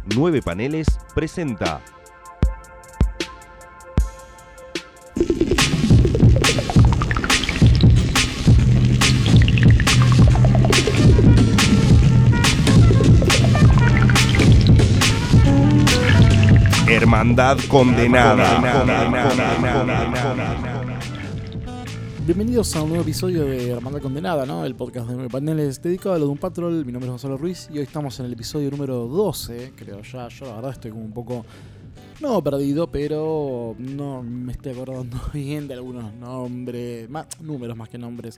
9 Paneles presenta Hermandad Condenada. Bienvenidos a un nuevo episodio de Hermandad Condenada, ¿no? El podcast de 9 Paneles dedicado a lo de un patrol. Mi nombre es Gonzalo Ruiz y hoy estamos en el episodio número 12, creo ya. Yo la verdad estoy como un poco, no perdido, pero no me estoy acordando bien de algunos nombres, números más que nombres.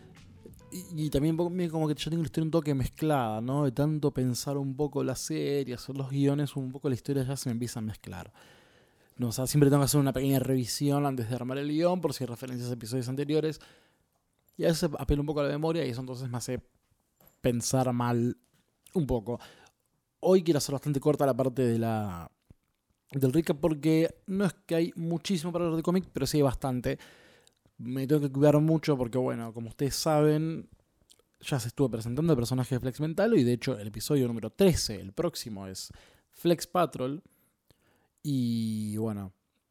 Y también como que yo tengo la historia un toque mezclada, ¿no? De tanto pensar un poco las series o los guiones, un poco la historia ya se me empieza a mezclar. No, o sea, siempre tengo que hacer una pequeña revisión antes de armar el guión por si hay referencias a episodios anteriores. Y a veces apelo un poco a la memoria y eso entonces me hace pensar mal un poco. Hoy quiero hacer bastante corta la parte de del recap porque no es que hay muchísimo para hablar de cómic, pero sí hay bastante. Me tengo que cuidar mucho porque, bueno, como ustedes saben, ya se estuvo presentando el personaje de Flex Mental y de hecho el episodio número 13, el próximo, es Flex Patrol. Y bueno,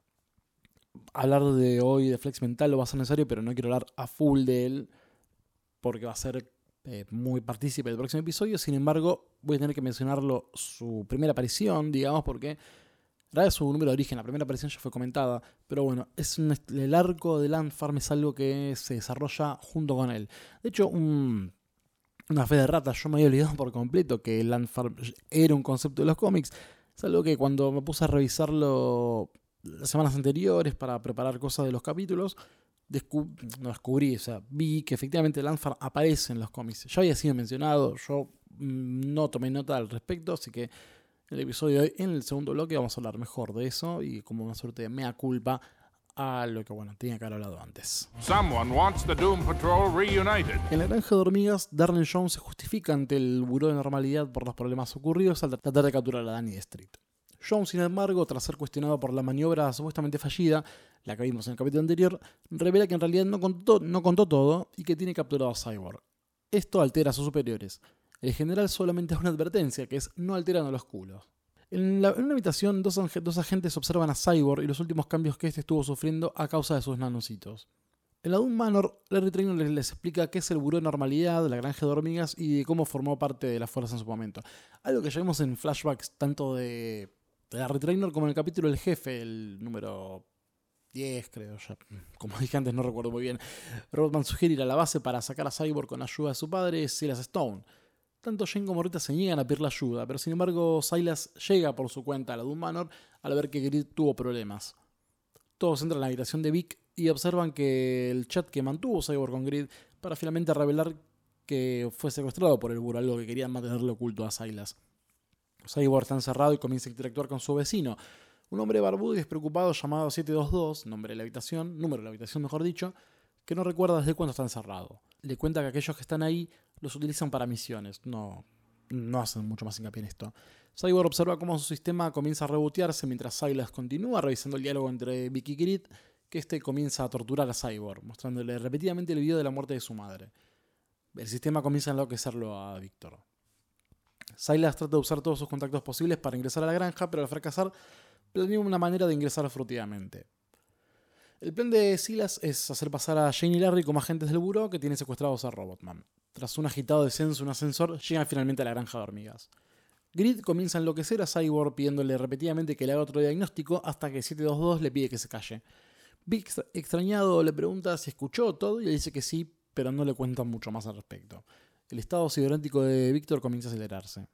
hablar de hoy de Flex Mental lo va a ser necesario, pero no quiero hablar a full de él porque va a ser muy partícipe del próximo episodio. Sin embargo, voy a tener que mencionarlo, su primera aparición, digamos, porque en realidad su número de origen, la primera aparición ya fue comentada, pero bueno, el arco de Landfarm es algo que se desarrolla junto con él. De hecho, una fe de rata, yo me había olvidado por completo que Landfarm era un concepto de los cómics. Es algo que cuando me puse a revisarlo las semanas anteriores para preparar cosas de los capítulos, descubrí, o sea, vi que efectivamente Landfarm aparece en los cómics. Ya había sido mencionado, yo no tomé nota al respecto, así que en el episodio de hoy, en el segundo bloque, vamos a hablar mejor de eso y como una suerte de mea culpa a lo que, bueno, tenía que haber hablado antes. Someone wants the Doom Patrol reunited. En la granja de hormigas, Darren Jones se justifica ante el Buró de Normalidad por los problemas ocurridos al tratar de capturar a Danny Street. Jones, sin embargo, tras ser cuestionado por la maniobra supuestamente fallida, la que vimos en el capítulo anterior, revela que en realidad no contó todo y que tiene capturado a Cyborg. Esto altera a sus superiores. El general solamente da una advertencia, que es no alteren a los culos. En una habitación, dos agentes observan a Cyborg y los últimos cambios que este estuvo sufriendo a causa de sus nanocitos. En la Doom Manor, Larry Trainor les explica qué es el Buró de Normalidad, la granja de hormigas y de cómo formó parte de la fuerza en su momento. Algo que ya vimos en flashbacks tanto de Larry Trainor como en el capítulo del jefe, el número 10 creo ya. Como dije antes, no recuerdo muy bien. Rodman sugiere ir a la base para sacar a Cyborg con ayuda de su padre, Silas Stone. Tanto Jane como Rita se niegan a pedirle ayuda, pero sin embargo Silas llega por su cuenta a la Doom Manor al ver que Grid tuvo problemas. Todos entran en la habitación de Vic y observan que el chat que mantuvo Cyborg con Grid para finalmente revelar que fue secuestrado por el Buró, algo que querían mantenerle oculto a Silas. Cyborg está encerrado y comienza a interactuar con su vecino, un hombre barbudo y despreocupado llamado 722, número de la habitación, mejor dicho, que no recuerda desde cuándo está encerrado. Le cuenta que aquellos que están ahí los utilizan para misiones, no hacen mucho más hincapié en esto. Cyborg observa cómo su sistema comienza a rebotearse mientras Silas continúa revisando el diálogo entre Vic y Grid, que este comienza a torturar a Cyborg, mostrándole repetidamente el video de la muerte de su madre. El sistema comienza a enloquecerlo a Víctor. Silas trata de usar todos sus contactos posibles para ingresar a la granja, pero al fracasar, planea una manera de ingresar furtivamente. El plan de Silas es hacer pasar a Jane y Larry como agentes del buró que tienen secuestrados a Robotman. Tras un agitado descenso en un ascensor, llegan finalmente a la granja de hormigas. Grid comienza a enloquecer a Cyborg pidiéndole repetidamente que le haga otro diagnóstico hasta que 722 le pide que se calle. Vic, extrañado, le pregunta si escuchó todo y le dice que sí, pero no le cuenta mucho más al respecto. El estado cibernético de Víctor comienza a acelerarse.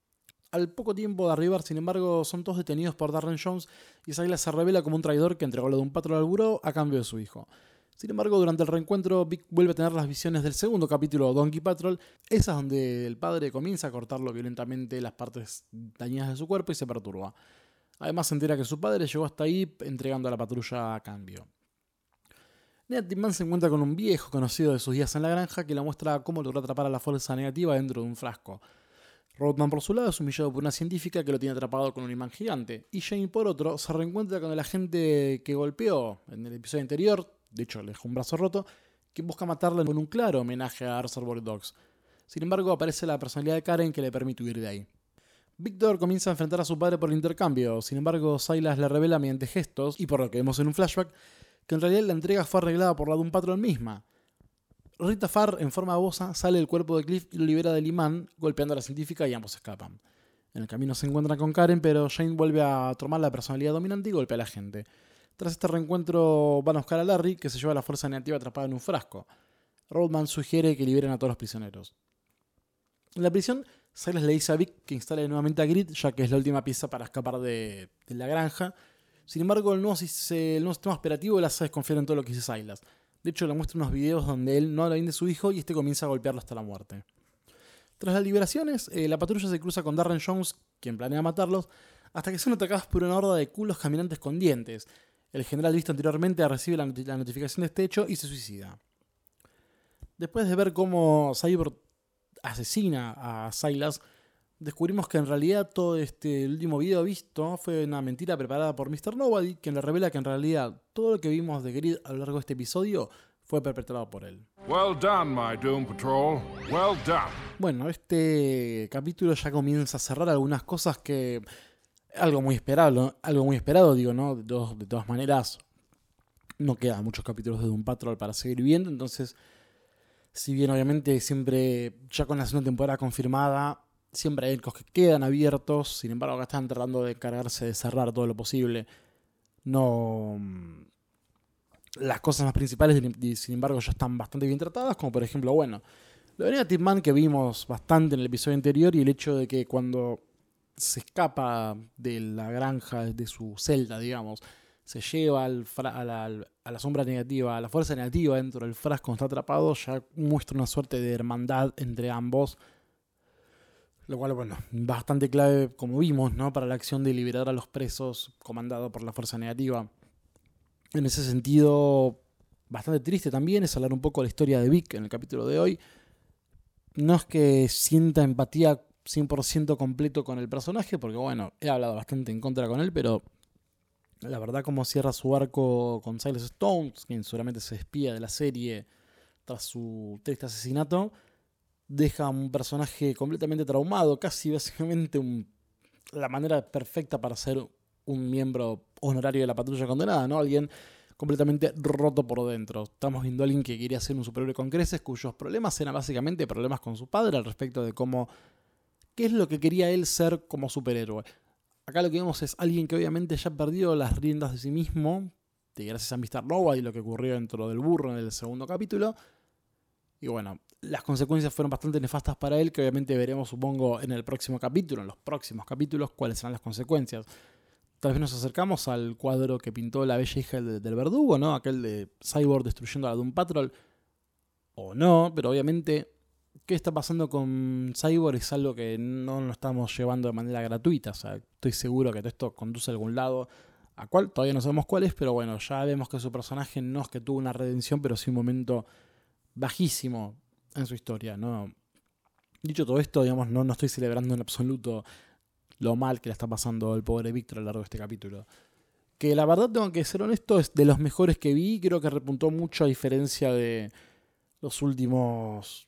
Al poco tiempo de arribar, sin embargo, son todos detenidos por Darren Jones y Silas se revela como un traidor que entregó lo de un patrón al buró a cambio de su hijo. Sin embargo, durante el reencuentro, Vic vuelve a tener las visiones del segundo capítulo de Donkey Patrol, esas donde el padre comienza a cortarlo violentamente las partes dañadas de su cuerpo y se perturba. Además se entera que su padre llegó hasta ahí entregando a la patrulla a cambio. Ned Timan se encuentra con un viejo conocido de sus días en la granja que le muestra cómo logró atrapar a la fuerza negativa dentro de un frasco. Rodman por su lado es humillado por una científica que lo tiene atrapado con un imán gigante, y Jane por otro se reencuentra con el agente que golpeó en el episodio anterior, de hecho le dejó un brazo roto, que busca matarlo con un claro homenaje a Reservoir Dogs. Sin embargo aparece la personalidad de Karen que le permite huir de ahí. Victor comienza a enfrentar a su padre por el intercambio, sin embargo Silas le revela mediante gestos, y por lo que vemos en un flashback, que en realidad la entrega fue arreglada por la Doom Patrol misma. Rita Farr, en forma babosa, sale del cuerpo de Cliff y lo libera del imán, golpeando a la científica y ambos escapan. En el camino se encuentran con Karen, pero Jane vuelve a tomar la personalidad dominante y golpea a la gente. Tras este reencuentro van a buscar a Larry, que se lleva a la fuerza negativa atrapada en un frasco. Rollman sugiere que liberen a todos los prisioneros. En la prisión, Silas le dice a Vic que instale nuevamente a Grid, ya que es la última pieza para escapar de la granja. Sin embargo, el nuevo sistema operativo le hace desconfiar en todo lo que dice Silas. De hecho, le muestra unos videos donde él no habla bien de su hijo y este comienza a golpearlo hasta la muerte. Tras las liberaciones, la patrulla se cruza con Darren Jones, quien planea matarlos, hasta que son atacados por una horda de culos caminantes con dientes. El general visto anteriormente recibe la notificación de este hecho y se suicida. Después de ver cómo Cyborg asesina a Silas, descubrimos que en realidad todo el último video visto fue una mentira preparada por Mr. Nobody, quien le revela que en realidad todo lo que vimos de Grid a lo largo de este episodio fue perpetrado por él. Well done, my Doom Patrol. Well done. Bueno, este capítulo ya comienza a cerrar algunas cosas que... Algo muy esperado, digo, ¿no? De todas maneras, no quedan muchos capítulos de Doom Patrol para seguir viendo, entonces... Si bien obviamente siempre, ya con la segunda temporada confirmada, siempre hay arcos que quedan abiertos, sin embargo acá están tratando de encargarse de cerrar todo lo posible. No, las cosas más principales, sin embargo, ya están bastante bien tratadas, como por ejemplo, bueno, lo de Negative Man que vimos bastante en el episodio anterior y el hecho de que cuando se escapa de la granja, de su celda, digamos, se lleva a la sombra negativa, a la fuerza negativa dentro del frasco, está atrapado, ya muestra una suerte de hermandad entre ambos. Lo cual, bueno, bastante clave, como vimos, ¿no? Para la acción de liberar a los presos comandado por la fuerza negativa. En ese sentido, bastante triste también es hablar un poco de la historia de Vic en el capítulo de hoy. No es que sienta empatía 100% completo con el personaje, porque bueno, he hablado bastante en contra con él, pero... La verdad, como cierra su arco con Silas Stone, quien seguramente se despía de la serie tras su triste asesinato, deja un personaje completamente traumado, casi básicamente la manera perfecta para ser un miembro honorario de la patrulla condenada, ¿no? Alguien completamente roto por dentro. Estamos viendo a alguien que quería ser un superhéroe con creces, cuyos problemas eran básicamente problemas con su padre al respecto de qué es lo que quería él ser como superhéroe. Acá lo que vemos es alguien que obviamente ya perdió las riendas de sí mismo, gracias a Mr. Nobody y lo que ocurrió dentro del burro en el segundo capítulo. Y bueno, las consecuencias fueron bastante nefastas para él, que obviamente veremos, supongo, en el próximo capítulo, en los próximos capítulos, cuáles serán las consecuencias. Tal vez nos acercamos al cuadro que pintó la bella hija del verdugo, ¿no? Aquel de Cyborg destruyendo a la Doom Patrol. O no, pero obviamente... ¿Qué está pasando con Cyborg? Es algo que no lo estamos llevando de manera gratuita. O sea, estoy seguro que todo esto conduce a algún lado, a cual todavía no sabemos cuál es, pero bueno, ya vemos que su personaje no es que tuvo una redención, pero sí un momento bajísimo en su historia, ¿no? Dicho todo esto, digamos, no estoy celebrando en absoluto lo mal que le está pasando al pobre Victor a lo largo de este capítulo. Que la verdad, tengo que ser honesto, es de los mejores que vi. Creo que repuntó mucho a diferencia de los últimos...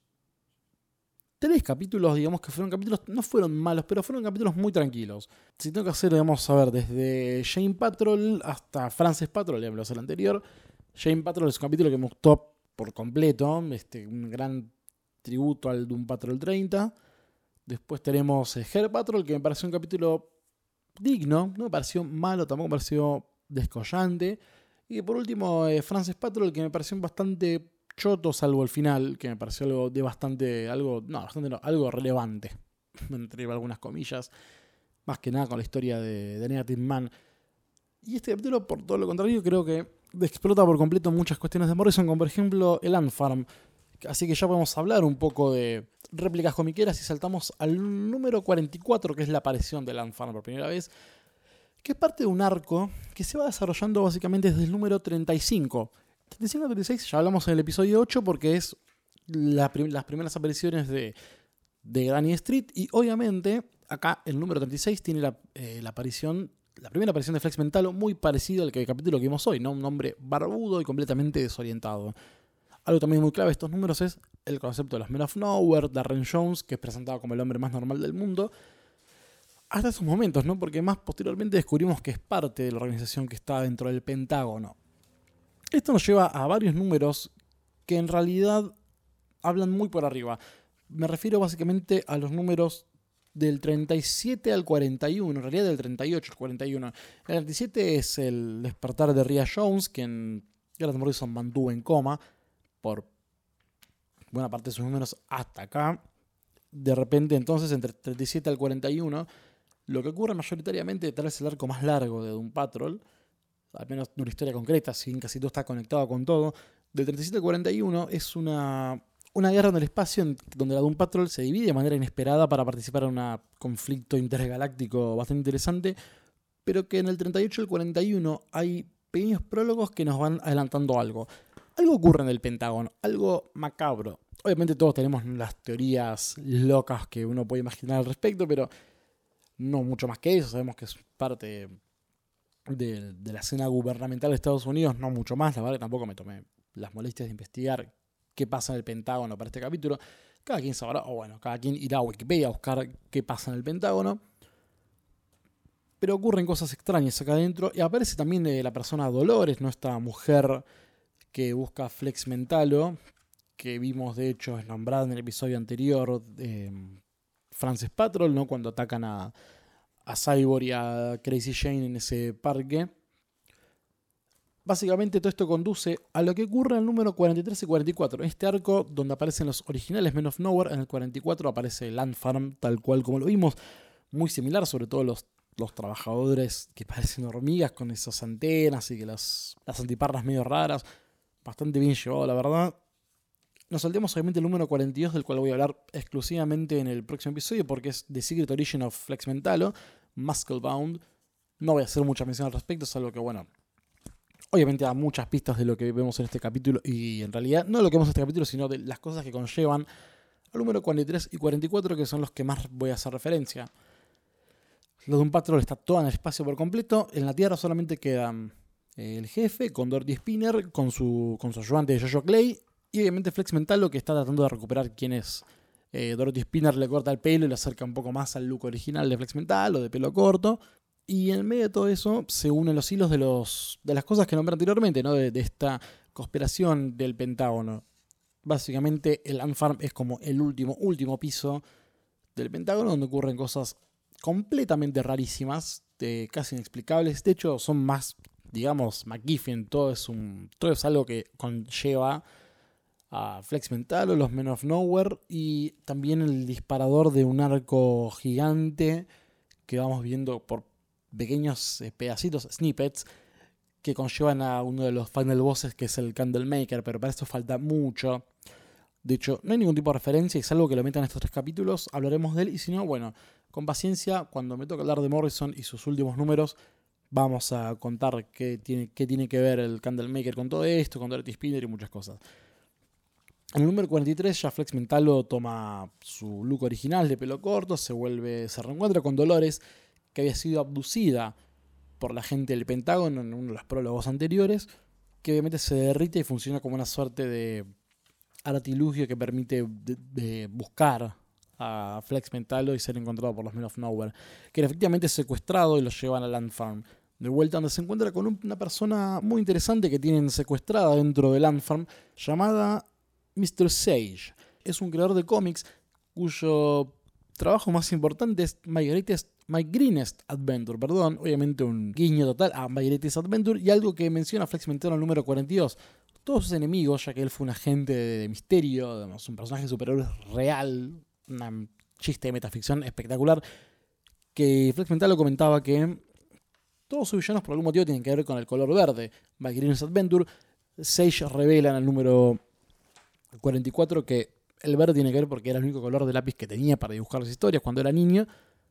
3 capítulos, digamos que fueron capítulos, no fueron malos, pero fueron capítulos muy tranquilos. Si tengo que hacer, digamos, a ver, desde Jane Patrol hasta Frances Patrol, ya me lo hace el anterior. Jane Patrol es un capítulo que me gustó por completo, un gran tributo al Doom Patrol 30. Después tenemos Her Patrol, que me pareció un capítulo digno, no me pareció malo, tampoco me pareció descollante. Y por último, Frances Patrol, que me pareció bastante... choto, salvo el final, que me pareció algo relevante, entre algunas comillas, más que nada con la historia de Negative Man. Y este capítulo, por todo lo contrario, creo que explota por completo muchas cuestiones de Morrison, como por ejemplo el Ant Farm. Así que ya podemos hablar un poco de réplicas comiqueras y saltamos al número 44, que es la aparición del Ant Farm por primera vez, que es parte de un arco que se va desarrollando básicamente desde el número 35. 35-36 ya hablamos en el episodio 8 porque es las primeras apariciones de Dani Street, y obviamente acá el número 36 tiene la primera aparición de Flex Mentalo, muy parecido al capítulo que vimos hoy, ¿no? Un hombre barbudo y completamente desorientado. Algo también muy clave de estos números es el concepto de los Men of Nowhere, Darren Jones, que es presentado como el hombre más normal del mundo. hasta esos momentos, ¿no? Porque más posteriormente descubrimos que es parte de la organización que está dentro del Pentágono. Esto nos lleva a varios números que en realidad hablan muy por arriba. Me refiero básicamente a los números del 37 al 41, en realidad del 38 al 41. El 37 es el despertar de Rhea Jones, quien Grant Morrison mantuvo en coma por buena parte de sus números hasta acá. De repente, entonces, entre el 37 al 41, lo que ocurre mayoritariamente tal vez el arco más largo de Doom Patrol, al menos de una historia concreta, si bien casi todo está conectado con todo. Del 37 al 41 es una guerra en el espacio donde la Doom Patrol se divide de manera inesperada para participar en un conflicto intergaláctico bastante interesante, pero que en el 38 al 41 hay pequeños prólogos que nos van adelantando algo. Algo ocurre en el Pentágono, algo macabro. Obviamente todos tenemos las teorías locas que uno puede imaginar al respecto, pero no mucho más que eso. Sabemos que es parte de la escena gubernamental de Estados Unidos, no mucho más. La verdad que tampoco me tomé las molestias de investigar qué pasa en el Pentágono para este capítulo. Cada quien sabrá, o bueno, cada quien irá a Wikipedia a buscar qué pasa en el Pentágono. Pero ocurren cosas extrañas acá adentro. Y aparece también la persona Dolores, ¿no? Esta mujer que busca Flex Mentalo, que vimos de hecho es nombrada en el episodio anterior de Frances Patrol, ¿no? Cuando atacan a Cyborg y a Crazy Jane en ese parque. Básicamente todo esto conduce a lo que ocurre en el número 43 y 44. Este arco donde aparecen los originales Men of Nowhere. En el 44 aparece Land Farm tal cual como lo vimos. Muy similar, sobre todo los trabajadores que parecen hormigas con esas antenas y que las antiparras medio raras. Bastante bien llevado, la verdad. Nos saltemos obviamente el número 42, del cual voy a hablar exclusivamente en el próximo episodio, porque es The Secret Origin of Flex Mentalo, Musclebound. No voy a hacer mucha mención al respecto, es algo que, bueno, obviamente da muchas pistas de lo que vemos en este capítulo, y en realidad no lo que vemos en este capítulo, sino de las cosas que conllevan al número 43 y 44, que son los que más voy a hacer referencia. Lo de un Patrol está todo en el espacio por completo. En la Tierra solamente quedan el jefe, con Dorothy Spinner, con su ayudante de Jojo Clay, y obviamente Flex Mentalo, que está tratando de recuperar quién es. Dorothy Spinner le corta el pelo y le acerca un poco más al look original de Flex Mentalo, de pelo corto. Y en medio de todo eso se unen los hilos de las cosas que nombré anteriormente, ¿no? De esta conspiración del Pentágono. Básicamente el Ant Farm es como el último piso del Pentágono, donde ocurren cosas completamente rarísimas, casi inexplicables. De hecho, son más, digamos, MacGuffin. Todo es algo que conlleva a Flex Mentalo, los Men of Nowhere, y también el disparador de un arco gigante que vamos viendo por pequeños pedacitos, snippets, que conllevan a uno de los final bosses, que es el Candlemaker, pero para esto falta mucho. De hecho, no hay ningún tipo de referencia, y salvo que lo metan en estos 3 capítulos, hablaremos de él, y si no, bueno, con paciencia, cuando me toque hablar de Morrison y sus últimos números, vamos a contar qué tiene que ver el Candlemaker con todo esto, con Dorothy Spinner y muchas cosas. En el número 43 ya Flex Mentalo toma su look original de pelo corto, se reencuentra con Dolores, que había sido abducida por la gente del Pentágono en uno de los prólogos anteriores, que obviamente se derrite y funciona como una suerte de artilugio que permite de buscar a Flex Mentalo y ser encontrado por los Men of Nowhere, que era efectivamente secuestrado y lo llevan a Land Farm. De vuelta donde se encuentra con una persona muy interesante que tienen secuestrada dentro de Land Farm, llamada Mr. Sage. Es un creador de cómics cuyo trabajo más importante es My Greenest Adventure, obviamente un guiño total a My Greatest Adventure, y algo que menciona Flex Mentalo en el número 42. Todos sus enemigos, ya que él fue un agente de misterio, un personaje de superhéroes real, un chiste de metaficción espectacular, que Flex Mentalo comentaba que todos sus villanos por algún motivo tienen que ver con el color verde. My Greenest Adventure, Sage revela en el número 44 que el verde tiene que ver porque era el único color de lápiz que tenía para dibujar las historias cuando era niño.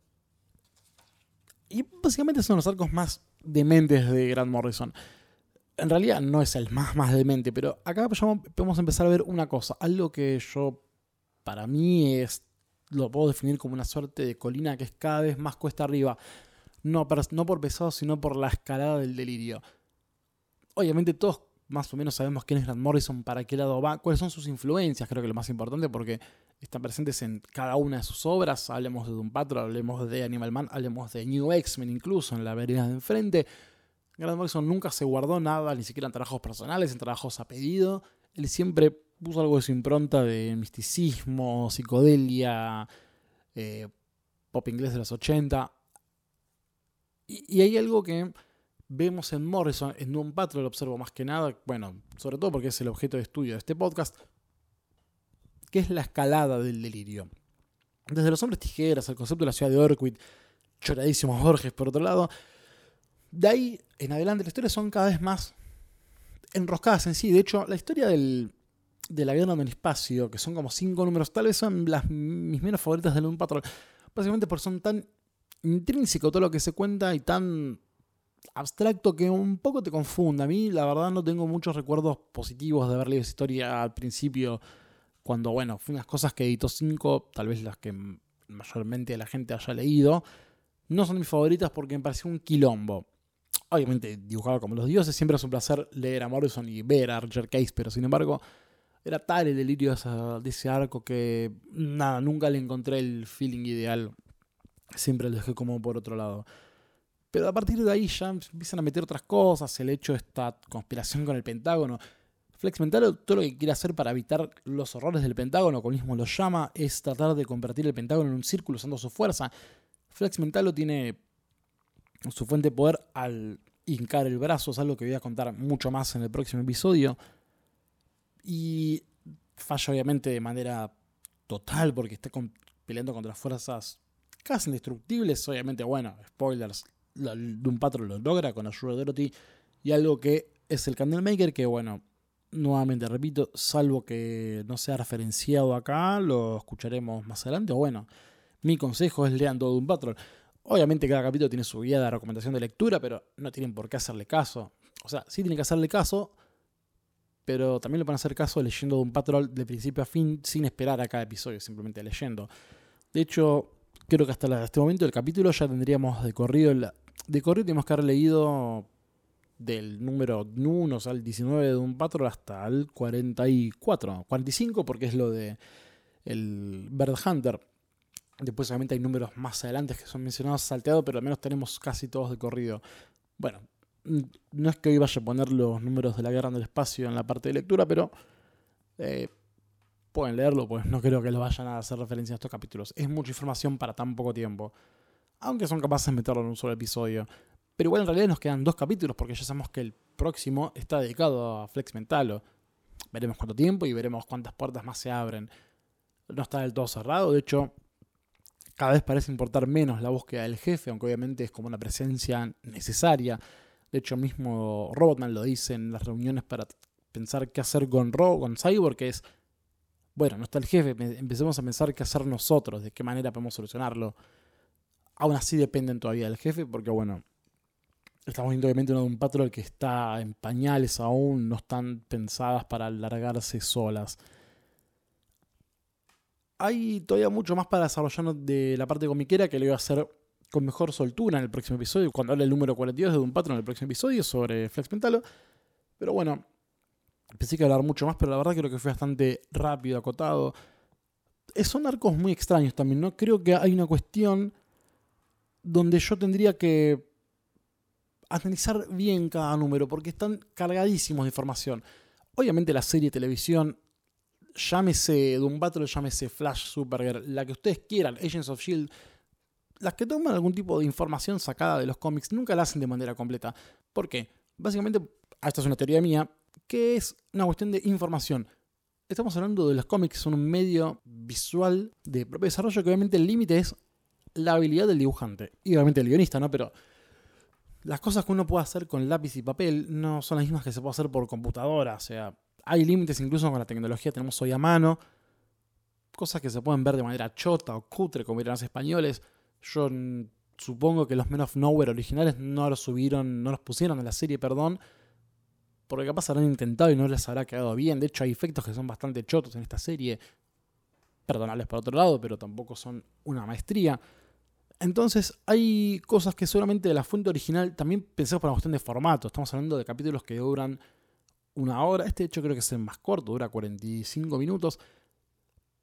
Y básicamente son los arcos más dementes de Grant Morrison. En realidad no es el más demente, pero acá podemos empezar a ver una cosa. Algo que para mí lo puedo definir como una suerte de colina que es cada vez más cuesta arriba. No por pesado, sino por la escalada del delirio. Obviamente todos más o menos sabemos quién es Grant Morrison, para qué lado va, cuáles son sus influencias, creo que lo más importante, porque están presentes en cada una de sus obras. Hablemos de Doom Patrol, hablemos de Animal Man, hablemos de New X-Men incluso, en la vereda de enfrente. Grant Morrison nunca se guardó nada, ni siquiera en trabajos personales, en trabajos a pedido. Él siempre puso algo de su impronta de misticismo, psicodelia, pop inglés de los 80. Y hay algo que vemos en Morrison, en Doom Patrol, lo observo más que nada, bueno, sobre todo porque es el objeto de estudio de este podcast, que es la escalada del delirio. Desde Los Hombres Tijeras, el concepto de la ciudad de Orquid, choradísimos Borges por otro lado, de ahí en adelante las historias son cada vez más enroscadas en sí. De hecho, la historia de la guerra en el espacio, que son como 5 números, tal vez son mis menos favoritas de Doom Patrol, básicamente porque son tan intrínseco todo lo que se cuenta y tan abstracto que un poco te confunde. A mí, la verdad, no tengo muchos recuerdos positivos de haber leído esa historia al principio, cuando, bueno, fue unas cosas que editó 5, tal vez las que mayormente la gente haya leído. No son mis favoritas porque me pareció un quilombo. Obviamente, dibujado como los dioses, siempre es un placer leer a Morrison y ver a Roger Case, pero sin embargo, era tal el delirio de ese arco que nada, nunca le encontré el feeling ideal. Siempre lo dejé como por otro lado. Pero a partir de ahí ya empiezan a meter otras cosas, el hecho de esta conspiración con el Pentágono. Flex Mentalo, todo lo que quiere hacer para evitar los horrores del Pentágono, como mismo lo llama, es tratar de convertir el Pentágono en un círculo usando su fuerza. Flex Mentalo tiene su fuente de poder al hincar el brazo, es algo que voy a contar mucho más en el próximo episodio. Y falla obviamente de manera total porque está peleando contra fuerzas casi indestructibles. Obviamente, bueno, spoilers, Doom Patrol lo logra con ayuda de Dorothy. Y algo que es el Candlemaker, que bueno, nuevamente repito, salvo que no sea referenciado acá, lo escucharemos más adelante. O bueno, mi consejo es lean todo Doom Patrol. Obviamente cada capítulo tiene su guía de recomendación de lectura, pero no tienen por qué hacerle caso. O sea, sí tienen que hacerle caso, pero también le van a hacer caso leyendo Doom Patrol de principio a fin, sin esperar a cada episodio, simplemente leyendo. De hecho, creo que hasta este momento del capítulo ya tendríamos de corrido tenemos que haber leído del número 1, o sea, el 19 de Doom Patrol hasta el 45, porque es lo de el Bird Hunter. Después obviamente hay números más adelante que son mencionados salteados, pero al menos tenemos casi todos de corrido. Bueno, no es que hoy vaya a poner los números de la guerra en el espacio en la parte de lectura, pero pueden leerlo, pues no creo que lo vayan a hacer referencia a estos capítulos. Es mucha información para tan poco tiempo, aunque son capaces de meterlo en un solo episodio. Pero igual en realidad nos quedan 2 capítulos, porque ya sabemos que el próximo está dedicado a Flex Mentalo. Veremos cuánto tiempo y veremos cuántas puertas más se abren. No está del todo cerrado, de hecho, cada vez parece importar menos la búsqueda del jefe, aunque obviamente es como una presencia necesaria. De hecho, mismo Robotman lo dice en las reuniones para pensar qué hacer con Cyborg, que es, bueno, no está el jefe, empecemos a pensar qué hacer nosotros, de qué manera podemos solucionarlo. Aún así dependen todavía del jefe, porque bueno, estamos viendo obviamente una Doom Patrol que está en pañales aún, no están pensadas para largarse solas. Hay todavía mucho más para desarrollar de la parte comiquera que le voy a hacer con mejor soltura en el próximo episodio, cuando hable el número 42 de Doom Patrol en el próximo episodio sobre Flex Mentalo. Pero bueno, pensé que hablar mucho más, pero la verdad creo que fue bastante rápido, acotado. Son arcos muy extraños también, ¿no? Creo que hay una cuestión donde yo tendría que analizar bien cada número, porque están cargadísimos de información. Obviamente la serie de televisión, llámese Doom Patrol, llámese Flash, Supergirl, la que ustedes quieran, Agents of S.H.I.E.L.D., las que toman algún tipo de información sacada de los cómics, nunca la hacen de manera completa. ¿Por qué? Básicamente, esta es una teoría mía, que es una cuestión de información. Estamos hablando de los cómics, son un medio visual de propio desarrollo, que obviamente el límite es la habilidad del dibujante. Y obviamente el guionista, ¿no? Pero las cosas que uno puede hacer con lápiz y papel no son las mismas que se puede hacer por computadora. O sea, hay límites incluso con la tecnología que tenemos hoy a mano. Cosas que se pueden ver de manera chota o cutre, como dirán los españoles. Yo supongo que los Men of Nowhere originales no los pusieron en la serie, porque capaz habrán intentado y no les habrá quedado bien. De hecho, hay efectos que son bastante chotos en esta serie, perdonables por otro lado, pero tampoco son una maestría. Entonces, hay cosas que seguramente de la fuente original también pensamos por una cuestión de formato. Estamos hablando de capítulos que duran 1 hora. Este, de hecho, creo que es el más corto, dura 45 minutos.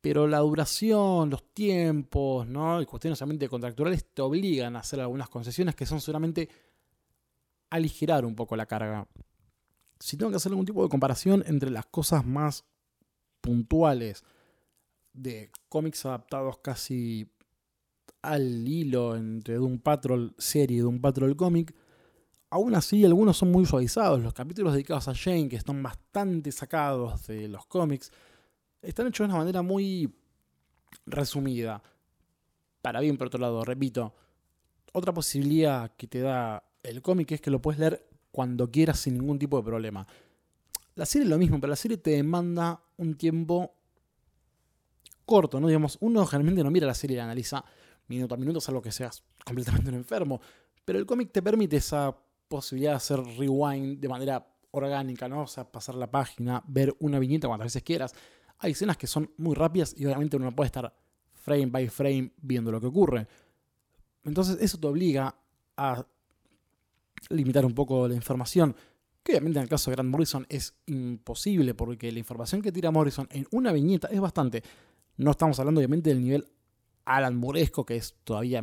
pero la duración, los tiempos, ¿no? Y cuestiones solamente contractuales te obligan a hacer algunas concesiones que son solamente aligerar un poco la carga. Si tengo que hacer algún tipo de comparación entre las cosas más puntuales de cómics adaptados casi al hilo entre Doom Patrol serie y Doom Patrol cómic, aún así algunos son muy suavizados. Los capítulos dedicados a Jane, que están bastante sacados de los cómics, están hechos de una manera muy resumida. Para bien, por otro lado, repito, otra posibilidad que te da el cómic es que lo puedes leer cuando quieras sin ningún tipo de problema. La serie es lo mismo, pero la serie te demanda un tiempo corto, ¿no? Digamos, uno generalmente no mira la serie y la analiza minuto a minuto, salvo que seas completamente un enfermo. Pero el cómic te permite esa posibilidad de hacer rewind de manera orgánica, ¿no? O sea, pasar la página, ver una viñeta cuantas veces quieras. Hay escenas que son muy rápidas y obviamente uno puede estar frame by frame viendo lo que ocurre. Entonces eso te obliga a limitar un poco la información, que obviamente en el caso de Grant Morrison es imposible, porque la información que tira Morrison en una viñeta es bastante. No estamos hablando obviamente del nivel Alan Mooresco, que es todavía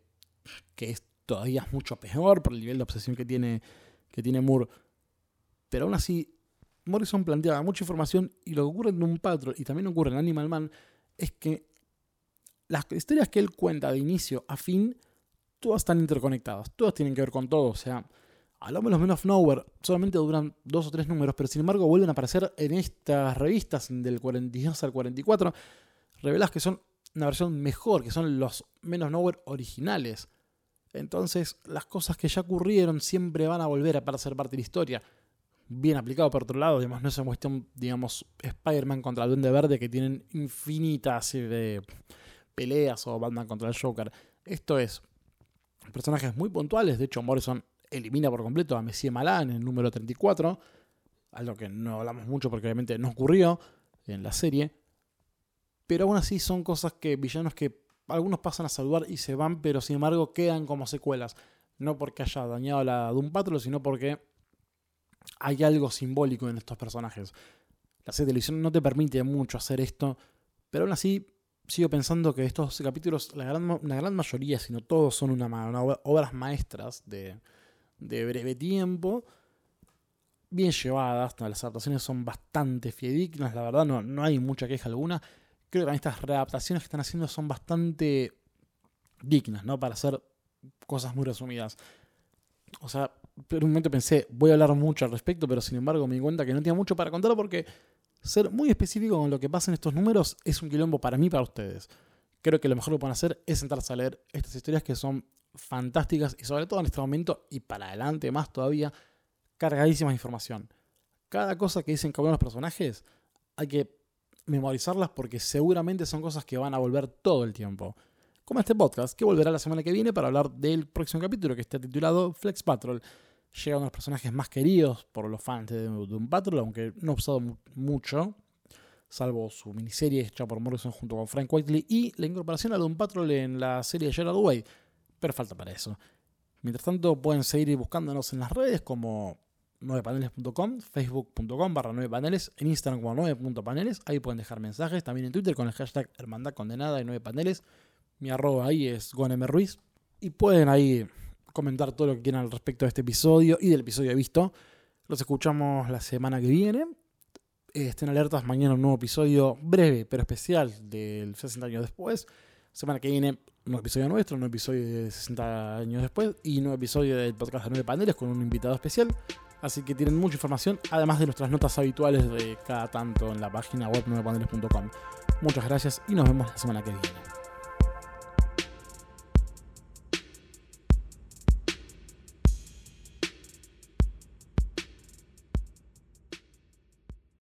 mucho peor por el nivel de obsesión que tiene Moore. Pero aún así, Morrison planteaba mucha información, y lo que ocurre en Doom Patrol y también ocurre en Animal Man es que las historias que él cuenta de inicio a fin, todas están interconectadas, todas tienen que ver con todo. O sea, hablamos de los Men of Nowhere, solamente duran 2 o 3 números, pero sin embargo vuelven a aparecer en estas revistas del 42 al 44, reveladas que son una versión mejor, que son los Men of Nowhere originales. Entonces, las cosas que ya ocurrieron siempre van a volver a ser parte de la historia. Bien aplicado por otro lado, digamos, no es una cuestión, digamos, Spider-Man contra el Duende Verde, que tienen infinitas peleas, o Batman contra el Joker. Esto es personajes muy puntuales. De hecho, Morrison elimina por completo a Monsieur Malan en el número 34, algo que no hablamos mucho porque obviamente no ocurrió en la serie. Pero aún así son cosas que, villanos que algunos pasan a saludar y se van, pero sin embargo quedan como secuelas. No porque haya dañado la Doom Patrol, sino porque hay algo simbólico en estos personajes. La serie de televisión no te permite mucho hacer esto, pero aún así sigo pensando que estos capítulos, la gran mayoría, si no todos, son obras maestras de breve tiempo, bien llevadas. Las adaptaciones son bastante fidedignas, la verdad, no hay mucha queja alguna. Creo que estas readaptaciones que están haciendo son bastante dignas, ¿no? Para hacer cosas muy resumidas. O sea, por un momento pensé, voy a hablar mucho al respecto, pero sin embargo me di cuenta que no tenía mucho para contar, porque ser muy específico con lo que pasa en estos números es un quilombo para mí y para ustedes. Creo que lo mejor que pueden hacer es sentarse a leer estas historias, que son fantásticas y sobre todo en este momento y para adelante más todavía, cargadísimas de información. Cada cosa que dicen cada uno de los personajes hay que memorizarlas, porque seguramente son cosas que van a volver todo el tiempo. Como este podcast, que volverá la semana que viene para hablar del próximo capítulo, que está titulado Flex Patrol. Llega uno de los personajes más queridos por los fans de Doom Patrol, aunque no ha usado mucho, salvo su miniserie hecha por Morrison junto con Frank Whiteley y la incorporación a Doom Patrol en la serie de Gerard Way. Pero falta para eso. Mientras tanto, pueden seguir buscándonos en las redes como 9paneles.com, facebook.com/9paneles, en Instagram como 9.paneles. Ahí pueden dejar mensajes, también en Twitter con el hashtag Hermandad Condenada y 9paneles. Mi arroba ahí es GonemRuiz. Y pueden ahí comentar todo lo que quieran al respecto de este episodio y del episodio visto. Los escuchamos la semana que viene. Estén alertas, mañana un nuevo episodio breve pero especial del 60 años después. Semana que viene un nuevo episodio nuestro, un nuevo episodio de 60 años después y un nuevo episodio del podcast de 9 paneles con un invitado especial. Así que tienen mucha información, además de nuestras notas habituales de cada tanto en la página web 9paneles.com. Muchas gracias y nos vemos la semana que viene.